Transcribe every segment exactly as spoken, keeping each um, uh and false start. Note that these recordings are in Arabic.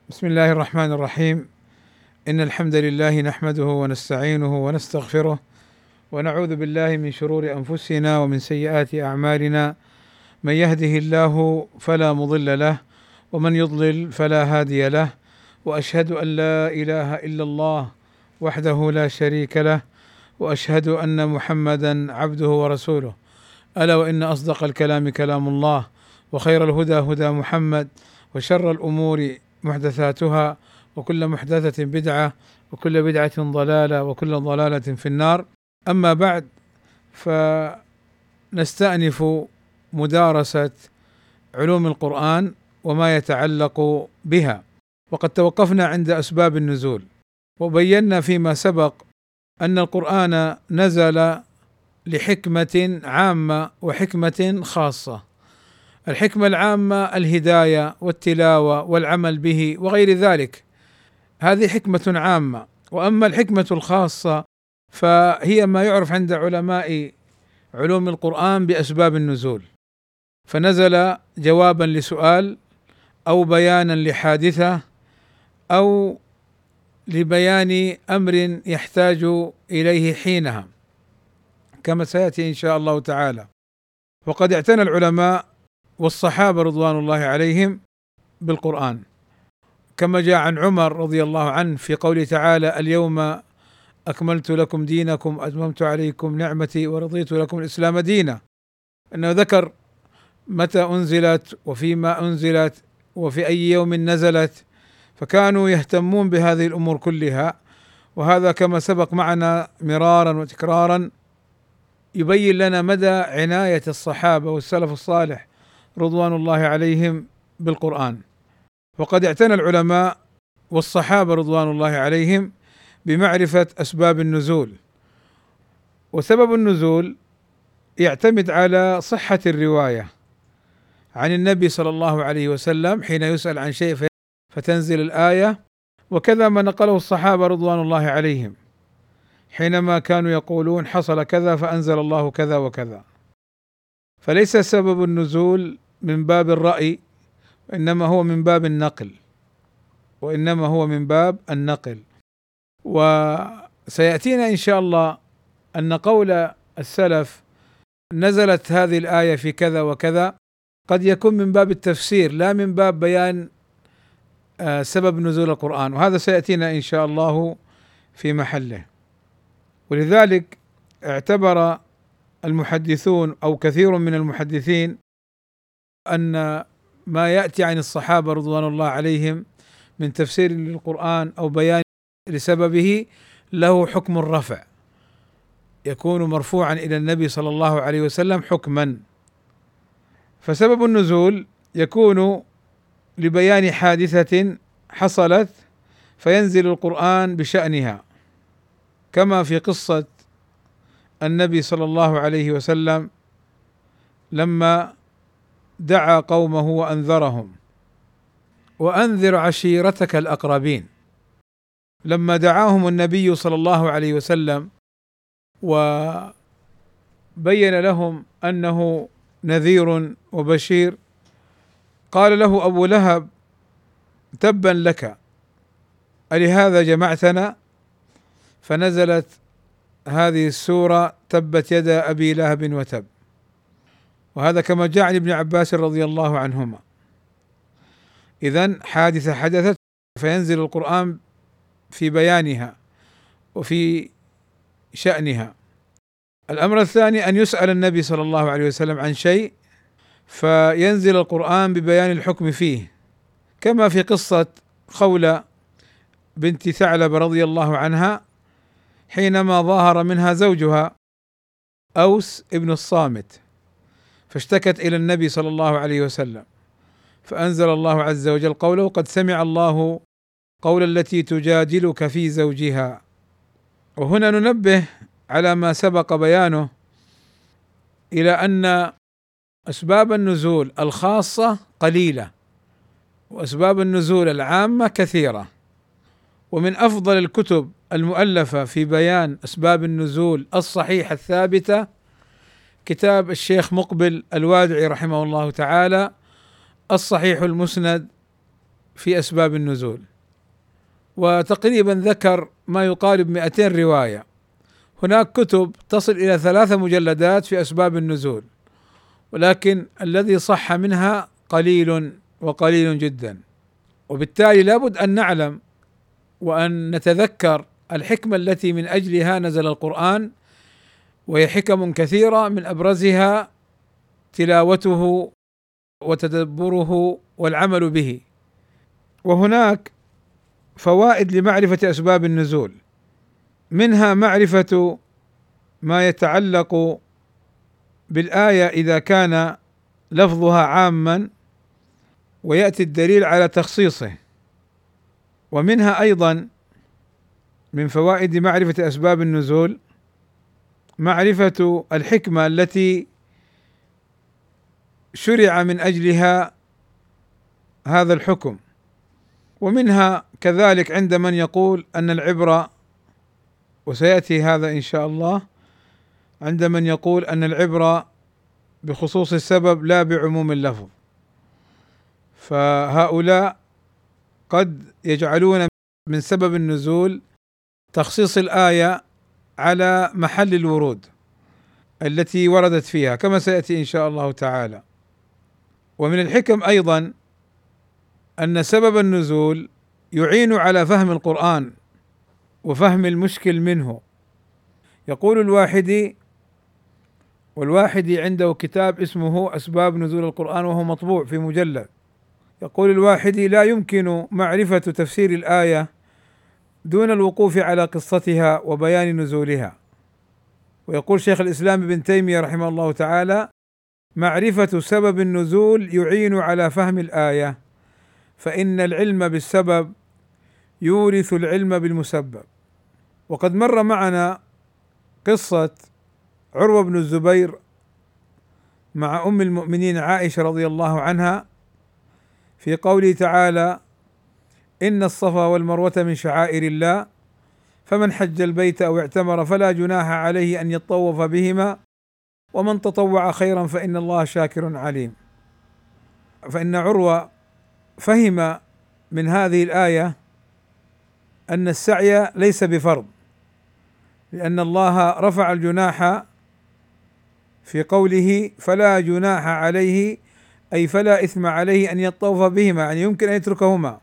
بسم الله الرحمن الرحيم. إن الحمد لله نحمده ونستعينه ونستغفره ونعوذ بالله من شرور أنفسنا ومن سيئات أعمالنا، من يهده الله فلا مضل له ومن يضلل فلا هادي له، وأشهد أن لا إله إلا الله وحده لا شريك له، وأشهد أن محمدا عبده ورسوله. ألا وإن أصدق الكلام كلام الله، وخير الهدى هدى محمد، وشر الأمور محدثاتها، وكل محدثة بدعة، وكل بدعة ضلالة، وكل ضلالة في النار. أما بعد، فنستأنف مدارسة علوم القرآن وما يتعلق بها، وقد توقفنا عند أسباب النزول، وبينا فيما سبق أن القرآن نزل لحكمة عامة وحكمة خاصة. الحكمة العامة الهداية والتلاوة والعمل به وغير ذلك، هذه حكمة عامة. وأما الحكمة الخاصة فهي ما يعرف عند علماء علوم القرآن بأسباب النزول، فنزل جوابا لسؤال أو بيانا لحادثة أو لبيان أمر يحتاج إليه حينها، كما سيأتي إن شاء الله تعالى. وقد اعتنى العلماء والصحابة رضوان الله عليهم بالقرآن، كما جاء عن عمر رضي الله عنه في قوله تعالى: اليوم أكملت لكم دينكم أتممت عليكم نعمتي ورضيت لكم الإسلام دينا، أنه ذكر متى أنزلت وفيما أنزلت وفي أي يوم نزلت، فكانوا يهتمون بهذه الأمور كلها. وهذا كما سبق معنا مرارا وتكرارا يبين لنا مدى عناية الصحابة والسلف الصالح رضوان الله عليهم بالقرآن. وقد اعتنى العلماء والصحابة رضوان الله عليهم بمعرفة أسباب النزول. وسبب النزول يعتمد على صحة الرواية عن النبي صلى الله عليه وسلم حين يسأل عن شيء فتنزل الآية، وكذا ما نقله الصحابة رضوان الله عليهم حينما كانوا يقولون حصل كذا فأنزل الله كذا وكذا. فليس سبب النزول من باب الرأي، وإنما هو من باب النقل، وإنما هو من باب النقل. وسيأتينا إن شاء الله أن قول السلف نزلت هذه الآية في كذا وكذا قد يكون من باب التفسير لا من باب بيان سبب نزول القرآن، وهذا سيأتينا إن شاء الله في محله. ولذلك اعتبر المحدثون أو كثير من المحدثين أن ما يأتي عن الصحابة رضوان الله عليهم من تفسير للقرآن أو بيان لسببه له حكم الرفع، يكون مرفوعا إلى النبي صلى الله عليه وسلم حكما. فسبب النزول يكون لبيان حادثة حصلت فينزل القرآن بشأنها، كما في قصة النبي صلى الله عليه وسلم لما دعا قومه وأنذرهم: وأنذر عشيرتك الأقربين. لما دعاهم النبي صلى الله عليه وسلم وبين لهم أنه نذير وبشير، قال له أبو لهب: تبا لك، ألهذا جمعتنا؟ فنزلت هذه السورة: تبت يدا أبي لهب وتب. وهذا كما جاء عن ابن عباس رضي الله عنهما. إذن حادثة حدثت فينزل القرآن في بيانها وفي شأنها. الأمر الثاني أن يسأل النبي صلى الله عليه وسلم عن شيء فينزل القرآن ببيان الحكم فيه، كما في قصة خولة بنت ثعلب رضي الله عنها حينما ظاهر منها زوجها أوس ابن الصامت، فاشتكت إلى النبي صلى الله عليه وسلم، فأنزل الله عز وجل قوله: قد سمع الله قول التي تجادلك في زوجها. وهنا ننبه على ما سبق بيانه إلى أن أسباب النزول الخاصة قليلة، وأسباب النزول العامة كثيرة. ومن أفضل الكتب المؤلفة في بيان أسباب النزول الصحيحة الثابتة كتاب الشيخ مقبل الوادعي رحمه الله تعالى الصحيح المسند في أسباب النزول، وتقريبا ذكر ما يقارب مئتين رواية. هناك كتب تصل إلى ثلاثة مجلدات في أسباب النزول، ولكن الذي صح منها قليل وقليل جدا، وبالتالي لابد أن نعلم وأن نتذكر الحكمة التي من أجلها نزل القرآن، وهي حكم كثيرة من أبرزها تلاوته وتدبره والعمل به. وهناك فوائد لمعرفة أسباب النزول، منها معرفة ما يتعلق بالآية إذا كان لفظها عاما ويأتي الدليل على تخصيصه، ومنها أيضا من فوائد معرفة أسباب النزول معرفة الحكمة التي شرع من أجلها هذا الحكم، ومنها كذلك عند من يقول أن العبرة، وسيأتي هذا إن شاء الله، عند من يقول أن العبرة بخصوص السبب لا بعموم اللفظ، فهؤلاء قد يجعلون من سبب النزول تخصيص الآية على محل الورود التي وردت فيها، كما سيأتي إن شاء الله تعالى. ومن الحكم أيضا أن سبب النزول يعين على فهم القرآن وفهم المشكل منه. يقول الواحدي، والواحدي عنده كتاب اسمه أسباب نزول القرآن وهو مطبوع في مجلد، يقول الواحدي: لا يمكن معرفة تفسير الآية دون الوقوف على قصتها وبيان نزولها. ويقول شيخ الإسلام ابن تيمية رحمه الله تعالى: معرفة سبب النزول يعين على فهم الآية، فإن العلم بالسبب يورث العلم بالمسبب. وقد مر معنا قصة عروة بن الزبير مع أم المؤمنين عائشة رضي الله عنها في قوله تعالى: إن الصفا والمروة من شعائر الله فمن حج البيت أو اعتمر فلا جناح عليه أن يطوف بهما ومن تطوع خيرا فإن الله شاكر عليم. فإن عروة فهم من هذه الآية أن السعي ليس بفرض، لأن الله رفع الجناح في قوله فلا جناح عليه، أي فلا إثم عليه أن يطوف بهما، يعني يمكن أن يتركهما،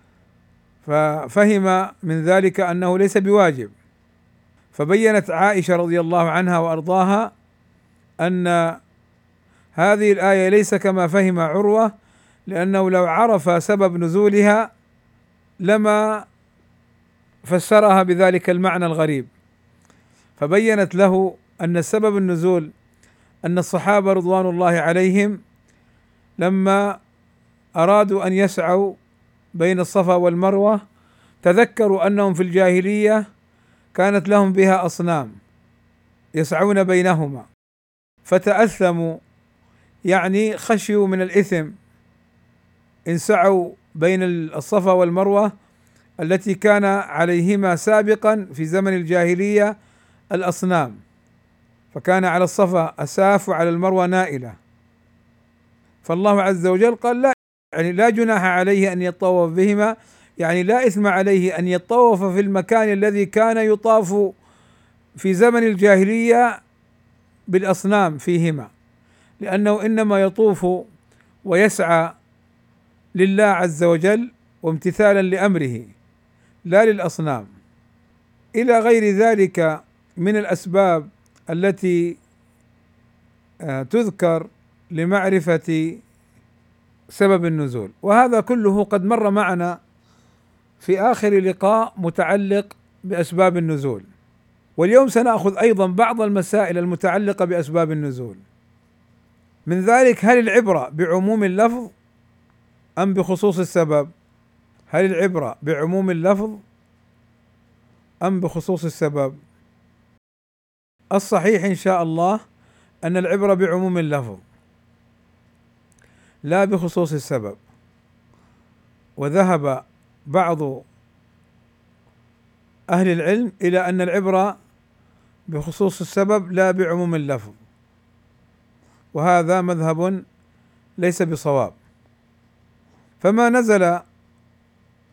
ففهم من ذلك أنه ليس بواجب. فبينت عائشة رضي الله عنها وأرضاها أن هذه الآية ليس كما فهم عروة، لأنه لو عرف سبب نزولها لما فسرها بذلك المعنى الغريب، فبينت له أن سبب النزول أن الصحابة رضوان الله عليهم لما أرادوا أن يسعوا بين الصفا والمروة تذكروا أنهم في الجاهلية كانت لهم بها أصنام يسعون بينهما، فتأثموا، يعني خشيوا من الإثم إن سعوا بين الصفا والمروة التي كان عليهما سابقا في زمن الجاهلية الأصنام، فكان على الصفا أساف وعلى المروة نائلة. فالله عز وجل قال لا، يعني لا جناح عليه أن يطوف بهما، يعني لا إثم عليه أن يطوف في المكان الذي كان يطاف في زمن الجاهلية بالأصنام فيهما، لأنه إنما يطوف ويسعى لله عز وجل وامتثالا لأمره لا للأصنام، إلى غير ذلك من الأسباب التي تذكر لمعرفة سبب النزول. وهذا كله قد مر معنا في آخر لقاء متعلق بأسباب النزول، واليوم سنأخذ أيضا بعض المسائل المتعلقة بأسباب النزول. من ذلك: هل العبرة بعموم اللفظ أم بخصوص السبب؟ هل العبرة بعموم اللفظ أم بخصوص السبب؟ الصحيح إن شاء الله أن العبرة بعموم اللفظ لا بخصوص السبب، وذهب بعض أهل العلم إلى أن العبرة بخصوص السبب لا بعموم اللفظ، وهذا مذهب ليس بصواب. فما نزل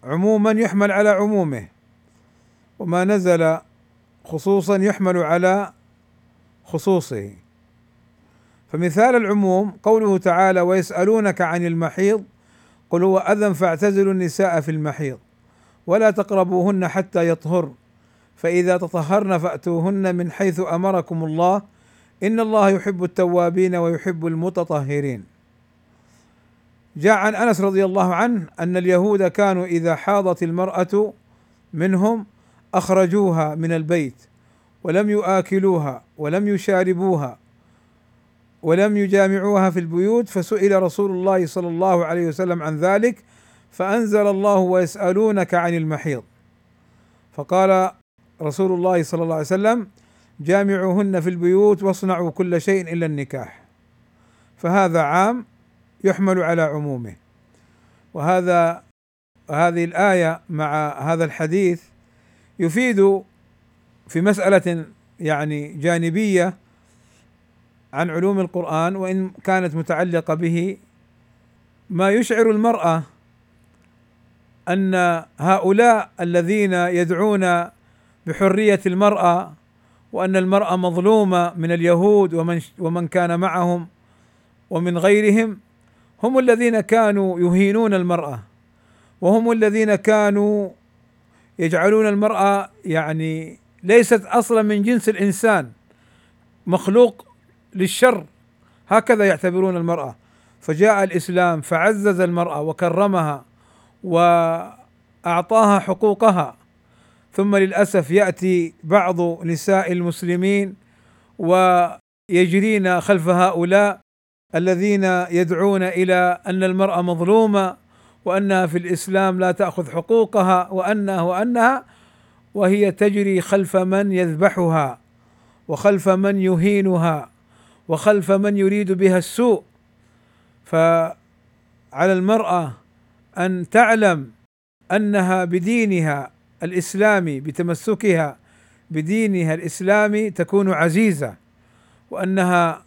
عموما يحمل على عمومه، وما نزل خصوصا يحمل على خصوصه. فمثال العموم قوله تعالى: ويسألونك عن المحيض قل هو أذى فاعتزلوا النساء في المحيض ولا تقربوهن حتى يطهرن فإذا تطهرن فأتوهن من حيث أمركم الله إن الله يحب التوابين ويحب المتطهرين. جاء عن أنس رضي الله عنه أن اليهود كانوا إذا حاضت المرأة منهم أخرجوها من البيت ولم يآكلوها ولم يشاربوها ولم يجامعوها في البيوت، فسئل رسول الله صلى الله عليه وسلم عن ذلك فأنزل الله: ويسألونك عن المحيض، فقال رسول الله صلى الله عليه وسلم: جامعوهن في البيوت واصنعوا كل شيء إلا النكاح. فهذا عام يحمل على عمومه. وهذا هذه الآية مع هذا الحديث يفيد في مسألة يعني جانبية عن علوم القرآن وإن كانت متعلقة به، ما يشعر المرأة أن هؤلاء الذين يدعون بحرية المرأة وأن المرأة مظلومة من اليهود ومن ومن كان معهم ومن غيرهم هم الذين كانوا يهينون المرأة، وهم الذين كانوا يجعلون المرأة يعني ليست أصلا من جنس الإنسان، مخلوق للشر، هكذا يعتبرون المرأة. فجاء الإسلام فعزز المرأة وكرمها وأعطاها حقوقها، ثم للأسف يأتي بعض نساء المسلمين ويجرين خلف هؤلاء الذين يدعون إلى أن المرأة مظلومة وأنها في الإسلام لا تأخذ حقوقها وأنها وأنها وهي تجري خلف من يذبحها وخلف من يهينها وخلف من يريد بها السوء. فعلى المرأة أن تعلم أنها بدينها الإسلامي، بتمسكها بدينها الإسلامي تكون عزيزة، وأنها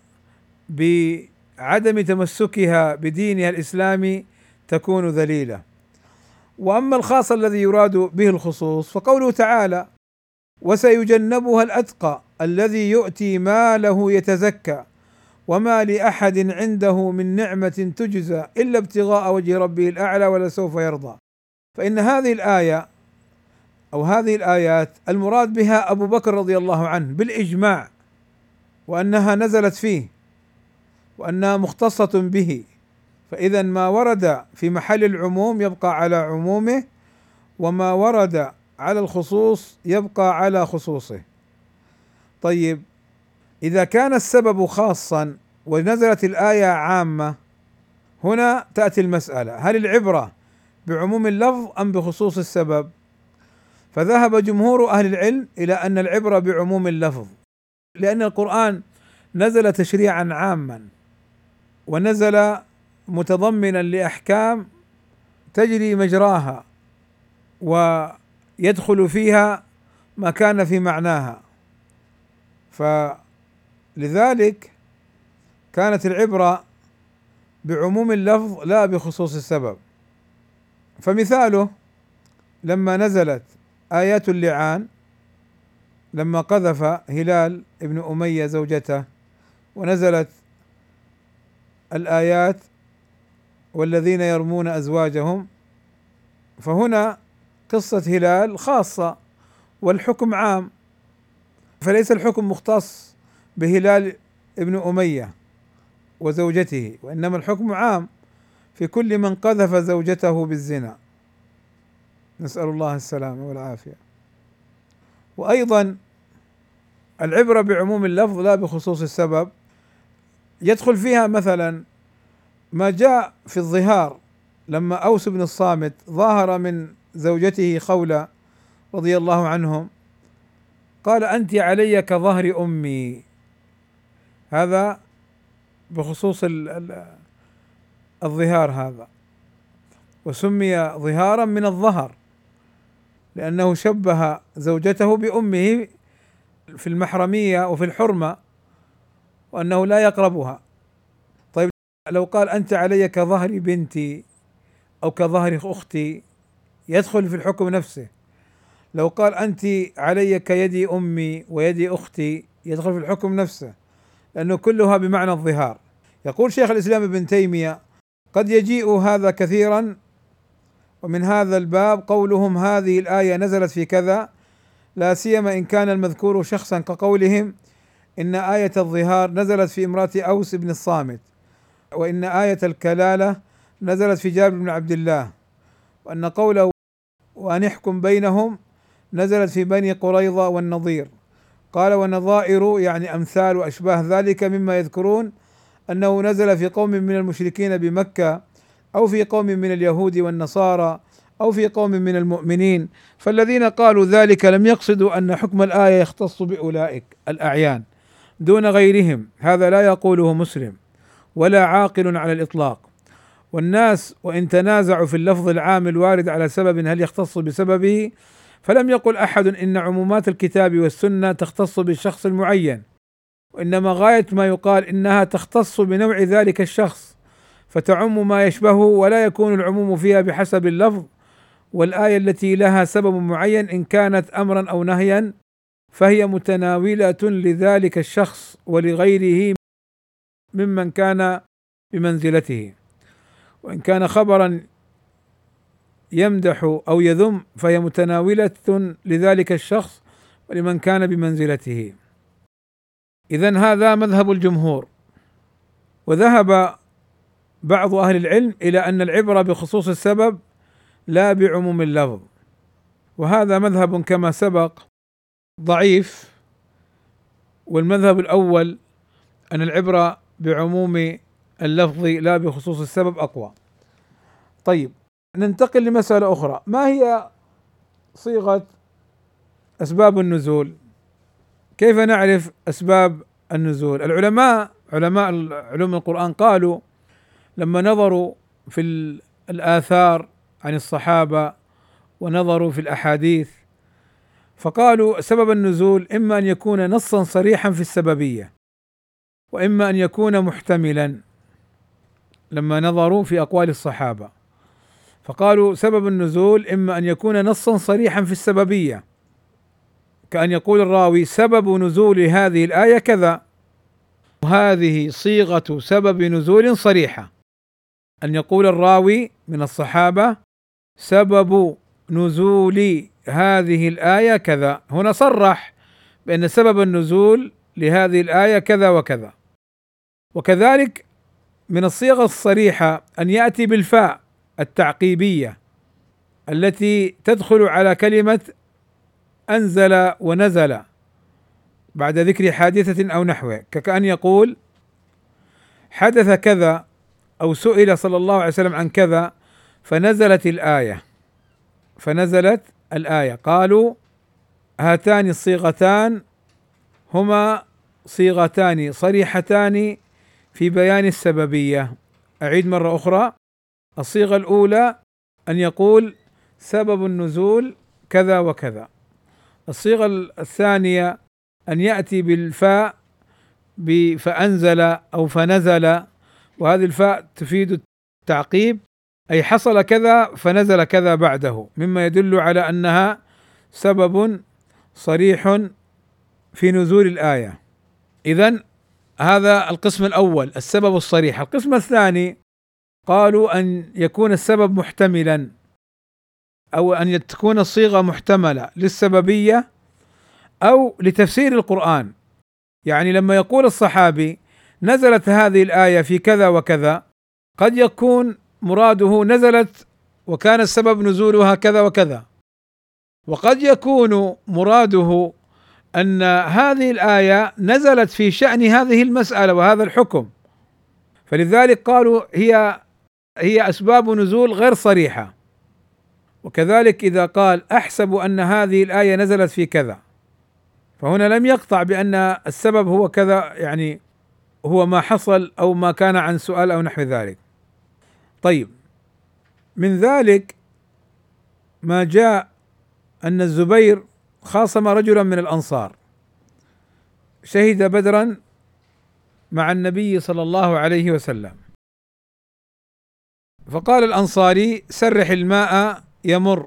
بعدم تمسكها بدينها الإسلامي تكون ذليلة. وأما الخاص الذي يراد به الخصوص فقوله تعالى: وسيجنبها الأتقى الذي يؤتي ماله يتزكى وما لأحد عنده من نعمة تجزى إلا ابتغاء وجه ربه الأعلى ولسوف يرضى. فإن هذه الآية أو هذه الآيات المراد بها أبو بكر رضي الله عنه بالإجماع، وأنها نزلت فيه وأنها مختصة به، فإذا ما ورد في محل العموم يبقى على عمومه، وما ورد على الخصوص يبقى على خصوصه. طيب، إذا كان السبب خاصا ونزلت الآية عامة، هنا تأتي المسألة: هل العبرة بعموم اللفظ أم بخصوص السبب؟ فذهب جمهور أهل العلم إلى أن العبرة بعموم اللفظ، لأن القرآن نزل تشريعا عاما ونزل متضمنا لأحكام تجري مجراها ويدخل فيها ما كان في معناها، فلذلك كانت العبرة بعموم اللفظ لا بخصوص السبب. فمثاله لما نزلت آيات اللعان، لما قذف هلال ابن أمية زوجته ونزلت الآيات والذين يرمون أزواجهم، فهنا قصة هلال خاصة والحكم عام، فليس الحكم مختص بهلال ابن أمية وزوجته، وإنما الحكم عام في كل من قذف زوجته بالزنا، نسأل الله السلامة والعافية. وأيضا العبرة بعموم اللفظ لا بخصوص السبب، يدخل فيها مثلا ما جاء في الظهار، لما أوس بن الصامت ظاهر من زوجته خولة رضي الله عنهم قال: أنت علي كظهر أمي، هذا بخصوص الظهار هذا، وسمي ظهارا من الظهر لأنه شبه زوجته بأمه في المحرمية وفي الحرمة وأنه لا يقربها. لو قال أنت علي كظهر بنتي أو كظهر أختي يدخل في الحكم نفسه. لو قال أنت علي كيد أمي ويد أختي يدخل في الحكم نفسه، لأنه كلها بمعنى الظهار. يقول شيخ الإسلام ابن تيمية: قد يجيء هذا كثيرا، ومن هذا الباب قولهم هذه الآية نزلت في كذا، لا سيما إن كان المذكور شخصا، كقولهم إن آية الظهار نزلت في امرأة أوس بن الصامت، وإن آية الكلالة نزلت في جابر بن عبد الله، وأن قوله وأن يحكم بينهم نزلت في بني قريظة والنضير. قال: والنظائر يعني أمثال وأشباه ذلك مما يذكرون أنه نزل في قوم من المشركين بمكة، أو في قوم من اليهود والنصارى، أو في قوم من المؤمنين. فالذين قالوا ذلك لم يقصدوا أن حكم الآية يختص بأولئك الأعيان دون غيرهم، هذا لا يقوله مسلم ولا عاقل على الإطلاق. والناس وإن تنازعوا في اللفظ العام الوارد على سبب هل يختص بسببه، فلم يقل أحد إن عمومات الكتاب والسنة تختص بالشخص المعين، وإنما غاية ما يقال إنها تختص بنوع ذلك الشخص، فتعم ما يشبهه، ولا يكون العموم فيها بحسب اللفظ. والآية التي لها سبب معين إن كانت أمرا أو نهيا فهي متناولة لذلك الشخص ولغيره ممن كان بمنزلته، وإن كان خبرا يمدح أو يذم فهي متناولة لذلك الشخص ولمن كان بمنزلته. إذن هذا مذهب الجمهور. وذهب بعض أهل العلم إلى أن العبرة بخصوص السبب لا بعموم اللفظ، وهذا مذهب كما سبق ضعيف. والمذهب الأول أن العبرة بعموم اللفظ لا بخصوص السبب أقوى. طيب، ننتقل لمسألة أخرى: ما هي صيغة أسباب النزول؟ كيف نعرف أسباب النزول؟ العلماء علماء علوم القرآن قالوا لما نظروا في الآثار عن الصحابة ونظروا في الأحاديث، فقالوا سبب النزول إما أن يكون نصا صريحا في السببية، وإما أن يكون محتملا. لما نظروا في أقوال الصحابة فقالوا سبب النزول إما أن يكون نصا صريحا في السببية، كأن يقول الراوي سبب نزول هذه الآية كذا، وهذه صيغة سبب نزول صريحة، أن يقول الراوي من الصحابة سبب نزول هذه الآية كذا، هنا صرح بأن سبب النزول لهذه الآية كذا وكذا. وكذلك من الصيغة الصريحة أن يأتي بالفاء التعقيبية التي تدخل على كلمة أنزل ونزل بعد ذكر حادثة أو نحوه، كأن يقول حدث كذا أو سئل صلى الله عليه وسلم عن كذا فنزلت الآية فنزلت الآية قالوا هاتان الصيغتان هما صيغتان صريحتان في بيان السببية. أعيد مرة أخرى: الصيغة الأولى أن يقول سبب النزول كذا وكذا. الصيغة الثانية أن يأتي بالفاء فأنزل أو فنزل، وهذه الفاء تفيد التعقيب، أي حصل كذا فنزل كذا بعده، مما يدل على أنها سبب صريح في نزول الآية. إذن هذا القسم الأول السبب الصريح. القسم الثاني قالوا أن يكون السبب محتملا، أو أن تكون الصيغة محتملة للسببية أو لتفسير القرآن. يعني لما يقول الصحابي نزلت هذه الآية في كذا وكذا، قد يكون مراده نزلت وكان السبب نزولها كذا وكذا، وقد يكون مراده أن هذه الآية نزلت في شأن هذه المسألة وهذا الحكم، فلذلك قالوا هي هي أسباب نزول غير صريحة. وكذلك إذا قال أحسب أن هذه الآية نزلت في كذا، فهنا لم يقطع بأن السبب هو كذا، يعني هو ما حصل أو ما كان عن سؤال أو نحو ذلك. طيب، من ذلك ما جاء أن الزبير خاصم رجلا من الأنصار شهد بدرا مع النبي صلى الله عليه وسلم، فقال الأنصاري سرح الماء يمر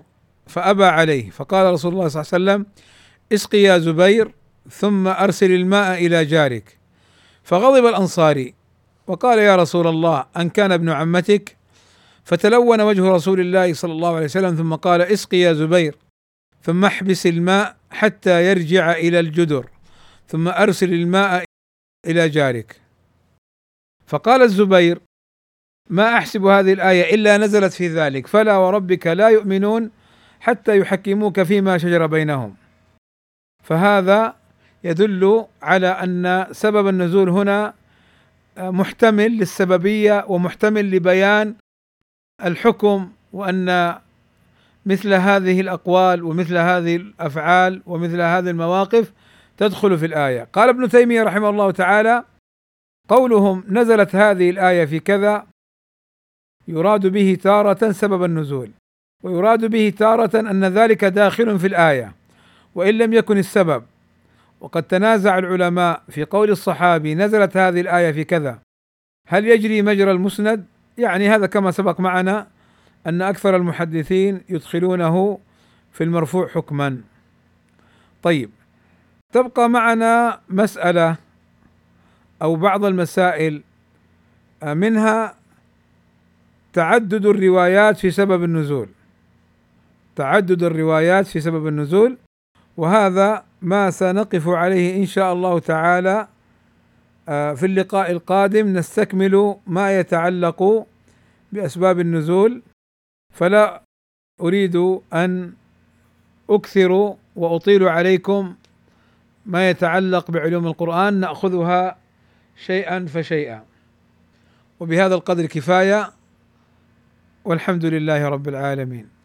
فأبى عليه، فقال رسول الله صلى الله عليه وسلم: اسقي يا زبير ثم أرسل الماء إلى جارك. فغضب الأنصاري وقال: يا رسول الله، أن كان ابن عمتك؟ فتلون وجه رسول الله صلى الله عليه وسلم ثم قال: اسقي يا زبير ثم احبس الماء حتى يرجع إلى الجدر ثم أرسل الماء إلى جارك. فقال الزبير: ما أحسب هذه الآية إلا نزلت في ذلك، فلا وربك لا يؤمنون حتى يحكموك فيما شجر بينهم. فهذا يدل على أن سبب النزول هنا محتمل للسببية ومحتمل لبيان الحكم، وأن مثل هذه الأقوال ومثل هذه الأفعال ومثل هذه المواقف تدخل في الآية. قال ابن تيمية رحمه الله تعالى: قولهم نزلت هذه الآية في كذا يراد به تارة سبب النزول، ويراد به تارة أن ذلك داخل في الآية وإن لم يكن السبب. وقد تنازع العلماء في قول الصحابي نزلت هذه الآية في كذا هل يجري مجرى المسند؟ يعني هذا كما سبق معنا أن أكثر المحدثين يدخلونه في المرفوع حكما. طيب، تبقى معنا مسألة أو بعض المسائل، منها تعدد الروايات في سبب النزول، تعدد الروايات في سبب النزول، وهذا ما سنقف عليه إن شاء الله تعالى في اللقاء القادم، نستكمل ما يتعلق بأسباب النزول. فلا أريد أن أكثر وأطيل عليكم ما يتعلق بعلوم القرآن، نأخذها شيئا فشيئا، وبهذا القدر كفاية، والحمد لله رب العالمين.